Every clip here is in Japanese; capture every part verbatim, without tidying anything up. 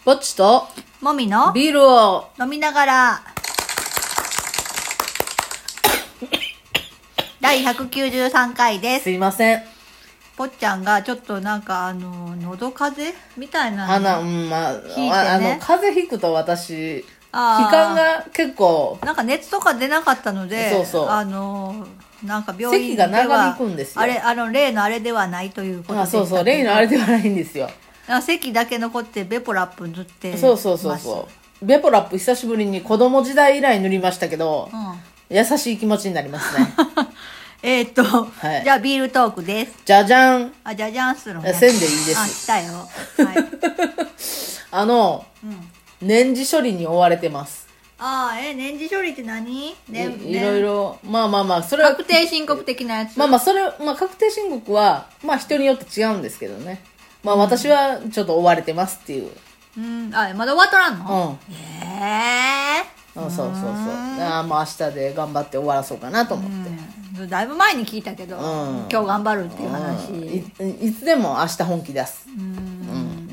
ぼっちともみのビールを飲みながらだいひゃくきゅうじゅうさんかいです。 すいません。 ぽっちゃんがちょっとなんかあの喉風邪みたいな鼻、 のうん、まあ、 引いてねあの、風邪ひくと私、気あー管が結構、 なんか熱とか出なかったので、 そうそうあのなんか病院では咳が長引くんですよあれあの例のあれではないということであ、 したけど、 そうそう、例のあれではないんですよ。 あ咳だけ残ってベポラップ塗ってます。 そうそうそうそう。ベポラップ久しぶりに子供時代以来塗りましたけど、 うん、 優しい気持ちになりますね。 えーっと、 はい、 じゃあビールトークです。 じゃじゃん。 あ、じゃじゃんするのね。 せんでいいです。 あ、来たよ。はい。 あの、 うん、 年次処理に追われてます。 ああ、え、年次処理って何？ね、 い, いろいろ、まあまあまあ、それは。 確定申告的なやつ。 まあまあ、それ、まあ確定申告は、まあ人によって違うんですけどね。まあ私はちょっと追われてますっていう。 うん、あ、まだ終わっとらんの？ うん。 へえー。 そうそうそうそう。ああ、もう明日で頑張って終わらそうかなと思って。 うん、だいぶ前に聞いたけど、うん、今日頑張るっていう話。 うん、い, いつでも明日本気出す。 うん、うん、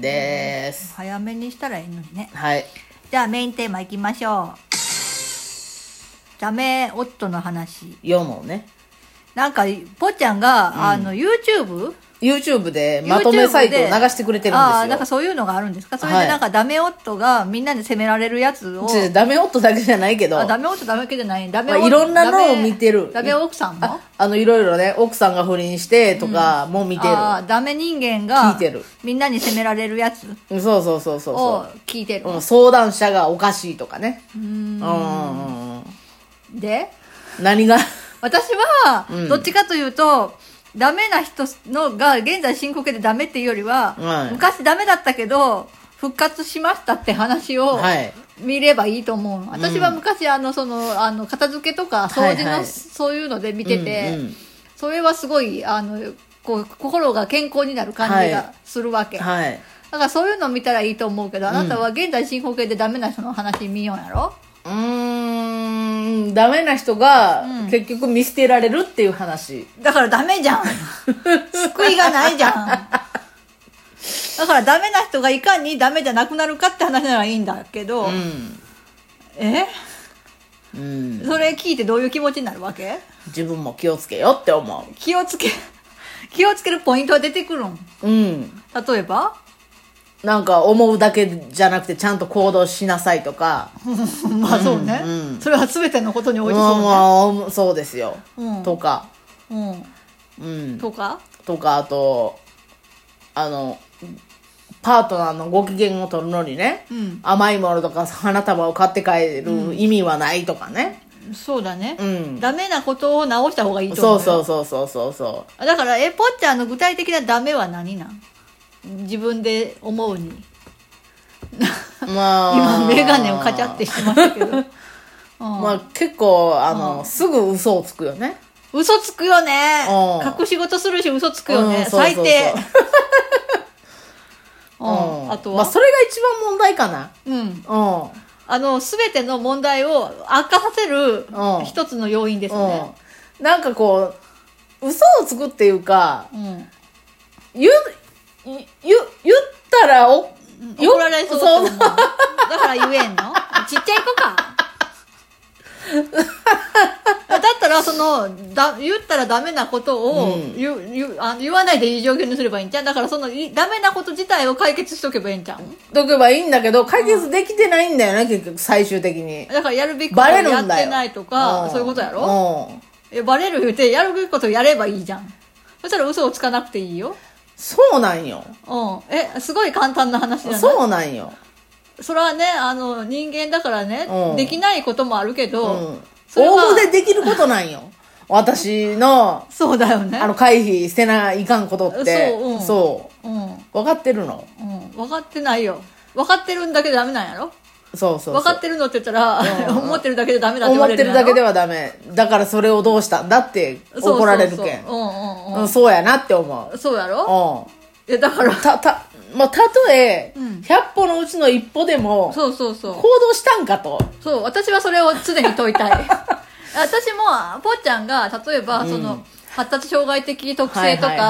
です。 早めにしたらいいのにね。 はい。 じゃあメインテーマいきましょう。ダメ夫の話。 世のね。 なんかぽっちゃんが、うん、あの YouTube YouTube でまとめサイトを流してくれてるんですよ。 ああ、なんかそういうのがあるんですか？それでなんかダメ夫がみんなで責められるやつを。 はい、ダメ夫だけじゃないけど。 あ、ダメ夫だけじゃない。ダメ夫、まあ、いろんなのを見てる。 ダメ奥さんもあ、あのいろいろね、奥さんが不倫してとかも見てる。うん、 ああ、ダメ人間が聞いてる。 みんなに責められるやつ。 そうそうそうそうそう。 を聞いてる。 うん、相談者がおかしいとかね。 うーん。うんで何が私はどっちかというと、うん、ダメな人のが現在進行形でダメっていうよりは、はい、昔ダメだったけど復活しましたって話を見ればいいと思う、はい、私は昔あのそのあの片付けとか掃除の、はいはい、そういうので見てて、うんうん、それはすごいあのこう心が健康になる感じがするわけ、はいはい、だからそういうのを見たらいいと思うけど、あなたは現在進行形でダメな人の話見ようやろ。 うーん、ダメな人が結局見捨てられるっていう話、 うん、だからダメじゃん救いがないじゃん。だからダメな人がいかにダメじゃなくなるかって話ならいいんだけど、うん、え、うん、それ聞いてどういう気持ちになるわけ？ 自分も気をつけよって思う。 気をつけ気をつけるポイントは出てくるん？うん。例えばなんか思うだけじゃなくてちゃんと行動しなさいとかまあそうね、うんうん、それは全てのことにおいてそうね、 まあ、そうですよ、うん、とか、 うんうん、とかとかあとあのパートナーのご機嫌を取るのにね、うん、甘いものとか花束を買って帰る意味はないとかね、 うん、そうだね、うん、ダメなことを直した方がいいと思うよ。 そうそうそうそうそうだからえぽっちゃんの具体的なダメは何なん？自分で思うにまあ今メガネをカチャってしましたけど、うん、 まあ結構あの、うん、すぐ嘘をつくよね。 嘘つくよね、うん、隠し事するし嘘つくよね、うん、最低うん、あとはまあそれが一番問題かな。うん、うん、 あの全ての問題を悪化させる一つの要因ですね、 うん、なんかこう嘘をつくっていうか、うん、言う言, 言ったらお怒られそうと思う。だから言えんの？ちっちゃい子かだったらそのだ言ったらダメなことを、うん、言, 言, あ言わないでいい状況にすればいいんじゃん。だからそのダメなこと自体を解決しとけばいいんじゃん。 とけばいいんだけど解決できてないんだよね、うん、結局最終的に。 だからやるべきことをやってないとかそういうことやろ。えバレる言うてやるべきことをやればいいじゃん。そしたら嘘をつかなくていいよ。 そうなんよ。 うん。え、すごい簡単な話じゃない？ そうなんよ。 それはね、あの、人間だからね、うん、できないこともあるけど、うん、 それは大でできることなんよ。私の、 そうだよね。 あの、回避してないかんことって。そう、うん。そう。うん。分かってるの？ うん。分かってないよ。分かってるんだけどダメなんやろ？ そうそうそう。 分かってるのって言ったら、うん、思ってるだけでダメだって言われる。 思ってるだけではダメ。だからそれをどうしたんだって怒られるけん。そうそうそう。うんうんうん。そうやなって思う。 そうやろ？うん。えだからたたまあ、たとえひゃっぽのうちのいっぽでもそうそうそう行動したんかと。 そう私はそれを常に問いたい私もぽっちゃんが例えば、うん、その発達障害的特性とか、はいはいはい、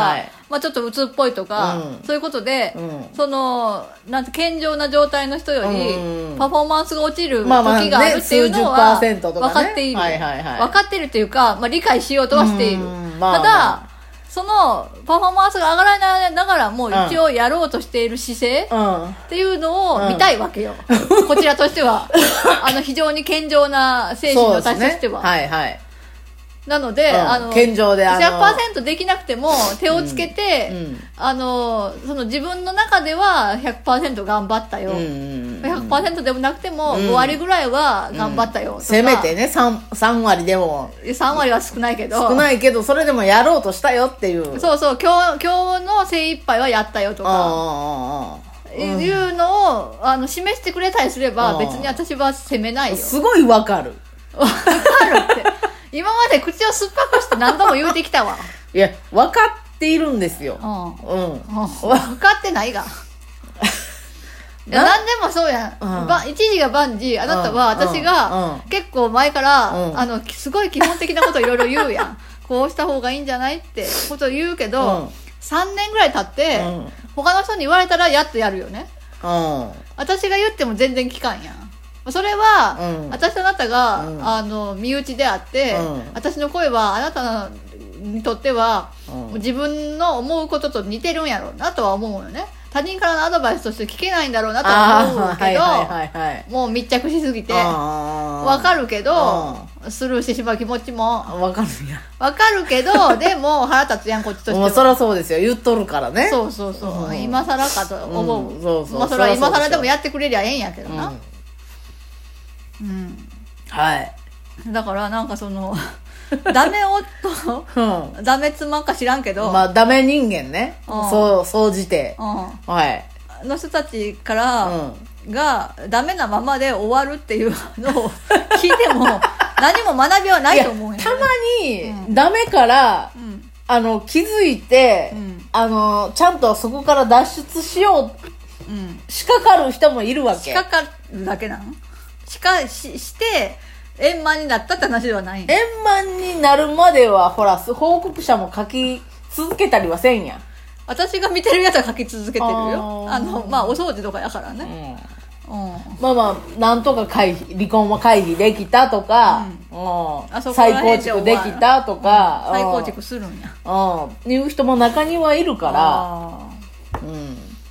まあ、ちょっと鬱っぽいとか、うん、そういうことで、うん、そのなんて健常な状態の人より、うん、パフォーマンスが落ちる時があるっていうのは分かっている、 はいはいはい、 分かっているっていうか、まあ、理解しようとはしている、まあ、ただ、まあ、そのパフォーマンスが上がらないながらも一応やろうとしている姿勢っていうのを見たいわけよ、うん、こちらとしてはあの非常に健常な精神の私としては、 ね、はいはい、 なので、うん、あの健常であのひゃくパーセント できなくても手をつけて、うんうん、あのその自分の中では ひゃくパーセント 頑張ったよ、うんうんうん、ひゃくパーセント でもなくてもご割ぐらいは頑張ったよ、うん、とかせめてね 3, さん割でもさん割は少ないけど少ないけどそれでもやろうとしたよっていう、 そうそう、今日、今日の精一杯はやったよとかああいうのをあの示してくれたりすれば別に私は責めないよ。 すごいわかるわかるって今まで口を酸っぱくして何度も言うてきたわ。 いや分かっているんですよ、 うん、うん、分かってないがいや何でもそうやん、うん、一時が万事あなたは私が結構前から、うん、あのすごい基本的なことをいろいろ言うやんこうした方がいいんじゃないってことを言うけど、うん、さんねんぐらい経って、うん、他の人に言われたらやっとやるよね、うん、私が言っても全然聞かんやん。それは、うん、私とあなたが、うん、あの身内であって、うん、私の声はあなたにとっては、うん、自分の思うことと似てるんやろうなとは思うよね。他人からのアドバイスとして聞けないんだろうなとは思うけど、はいはいはいはい、もう密着しすぎてわかるけどスルーしてしまう気持ちもわかるやわかるけどでも腹立つやんこっちとしては。もうそりゃそうですよ、言っとるからね。 そうそうそう、うん、今更かと思う、うん、そうそう、まあ、それは今更でもやってくれりゃええんやけどな、うんうん、 はい。 だからなんかそのダメ夫、うん、ダメ妻か知らんけど、 まあダメ人間ね、うん、そう総じて、うん、はいの人たちから、うん、がダメなままで終わるっていうのを聞いても何も学びはないと思うよ、ね、 たまに、うん、ダメから、うん、あの気づいて、うん、あのちゃんとそこから脱出しよう、うん、仕掛かる人もいるわけ。 仕掛かるだけなの？しかしして円満になったって話ではない。 円満になるまではほら報告者も書き続けたりはせんやん。 私が見てるやつは書き続けてるよ。あのまあお掃除とかやからね、うんうん、 まあまあなんとか回避離婚は回避できたとか、うんうん、再構築できたとか、 うん、再構築するんやうんいう人も中にはいるから、うん、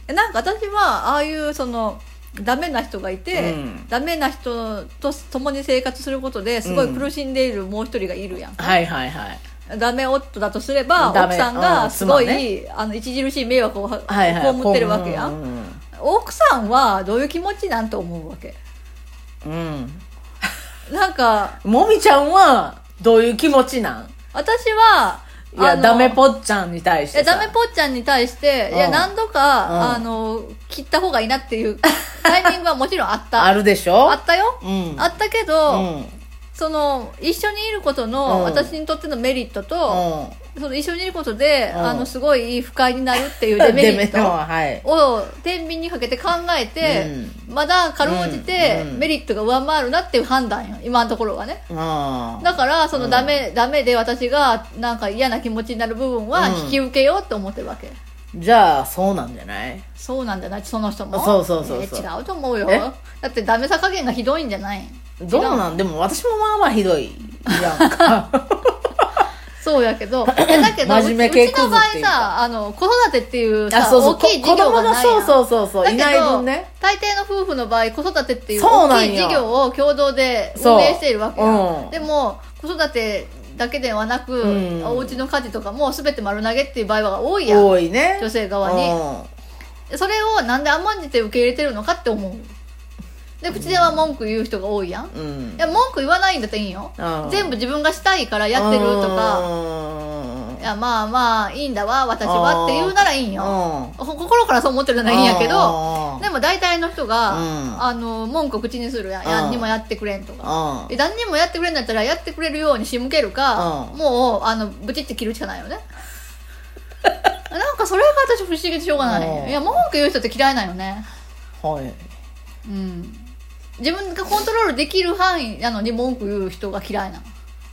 なんか私はああいうそのダメな人がいて、うん、ダメな人と共に生活することですごい苦しんでいるもう一人がいるやん、うん、 はいはいはい。 ダメ夫だとすれば奥さんがすごい、ね、あの著しい迷惑を被ってるわけやん、はいはい、奥さんはどういう気持ちなんと思うわけ。うんなんかもみちゃんはどういう気持ちなん？ 私はいやダメぽっちゃんに対してさダメぽっちゃんに対して、うん、いや何度か、うん、あの切った方がいいなっていうタイミングはもちろんあったあるでしょ。 あったよ、うん、あったけど、うん、その一緒にいることの、うん、私にとってのメリットと、うん、その一緒にいることで、うん、あのすごい不快になるっていうデメリットを天秤にかけて考えて、うん、まだかろうじてメリットが上回るなっていう判断よ今のところはね、うん、だからそのダメ、うん、ダメで私がなんか嫌な気持ちになる部分は引き受けようって思ってるわけ、 うん、じゃあそうなんじゃない？ そうなんじゃない？その人もそうそうそうそう、 えー、違うと思うよ。だってダメさ加減がひどいんじゃない？ どうなん？でも私もまあまあひどいやんかそうやけどだけどうちの場合さあの子育てっていうさそうそう大きい事業がないやん。 そうそうそうそういない分ね。 大抵の夫婦の場合子育てっていう大きい事業を共同で運営しているわけや、うん、でも子育てだけではなく、うん、お家の家事とかも全て丸投げっていう場合が多いやん。 多いね女性側に、うん、それをなんで甘んじて受け入れてるのかって思う。で口では文句言う人が多いやん、うん、いや文句言わないんだっていいよ、うん、全部自分がしたいからやってるとか、うん、いやまあまあいいんだわ私はって言うならいいんよ、うん、心からそう思ってるならいいんやけど、でも大体の人が、うん、あの文句を口にするやん、何にもやってくれんとか、何にもやってくれんだったらやってくれるように仕向けるか、もうあのブチって切るしかないよねなんかそれが私不思議でしょうがない。いや文句言う人って嫌いなんよね。 はい、 うん、自分がコントロールできる範囲なのに文句言う人が嫌いなの。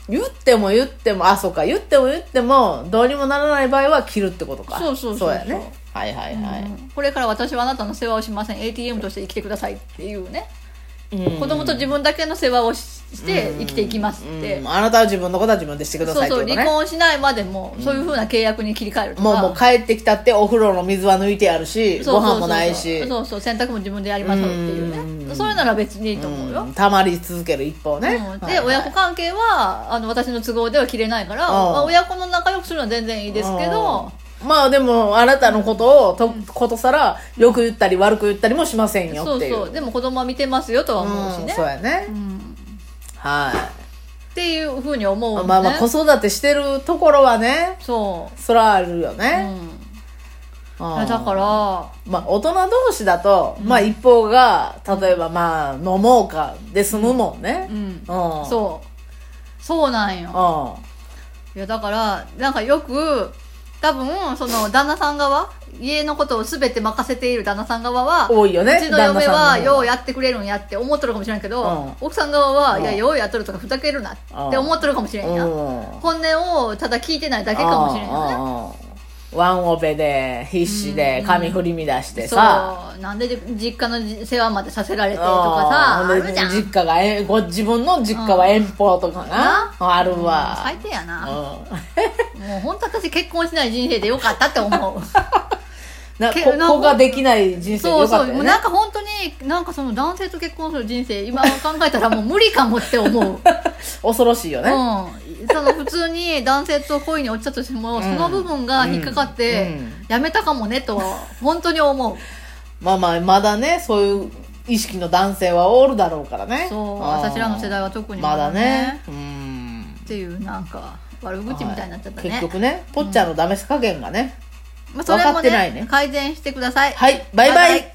言っても言っても、あ、そうか、言っても言ってもどうにもならない場合は切るってことか。 そうそうそうそう。 そうやね。はいはいはい、うん、 これから私はあなたの世話をしません、 エーティーエム として生きてくださいっていうね、うん、子供と自分だけの世話をして生きていきますって、 うんうん、あなたは自分のことは自分でしてくださいってことね。 そうそう、離婚しないまでもそういう風な契約に切り替えるとか、 もうもう帰ってきたってお風呂の水は抜いてあるし、ご飯もないし、 そうそう、洗濯も自分でやりましょうっていうね、うん、そういうなら別にいいと思うよ、 うん、たまり続ける一方ね、 うん、で、はいはい、親子関係はあの私の都合では切れないから、まあ、親子の仲良くするのは全然いいですけど、 まあでもあなたのことをと、うん、ことさらよく言ったり悪く言ったりもしませんよっていう。 そうそう、でも子供は見てますよとは思うしね、 うん、そうやね、うん、はいっていうふうに思う、ね、 まあまあ子育てしてるところはね、 そうそらあるよね、 うん、だからまあ大人同士だと、うん、まあ一方が例えばまあ飲もうかで済むもんね、うんうんうん、そうそうなんよ、うん、いやだからなんかよく多分その旦那さん側、家のことを全て任せている旦那さん側は多いよね、 うちの嫁はようやってくれるんやって思っとるかもしれんけど、うん、奥さん側は、うん、いやようやっとるとかふざけるなって思っとるかもしれんや、うん、本音をただ聞いてないだけかもしれんよね。 ワンオペで必死で髪振り乱してさ、 そうなんで実家の世話までさせられてとかさ、あるじゃん。 実家がえご自分の実家は遠方とかな、うん、あるわ、 うん、最低やな、うん、もう本当私結婚しない人生でよかったって思うなこ子ができない人生でよかったよね。 そうそう、なんか本当になんかその男性と結婚する人生今考えたらもう無理かもって思う恐ろしいよね、 うん、その普通に男性と恋に落ちたとしても、うん、その部分が引っかかってやめたかもねとは本当に思う。 まあまあまだねそういう意識の男性はおるだろうからね。 そう、私らの世代は特にまだね、まだね、うん、 っていうなんか悪口みたいになっちゃったね、 はい、結局ねぽっちゃんのダメさ加減がね、 うん、まあ、それもね、分かってないね、改善してください。 はい、バイバイ。バイバイ。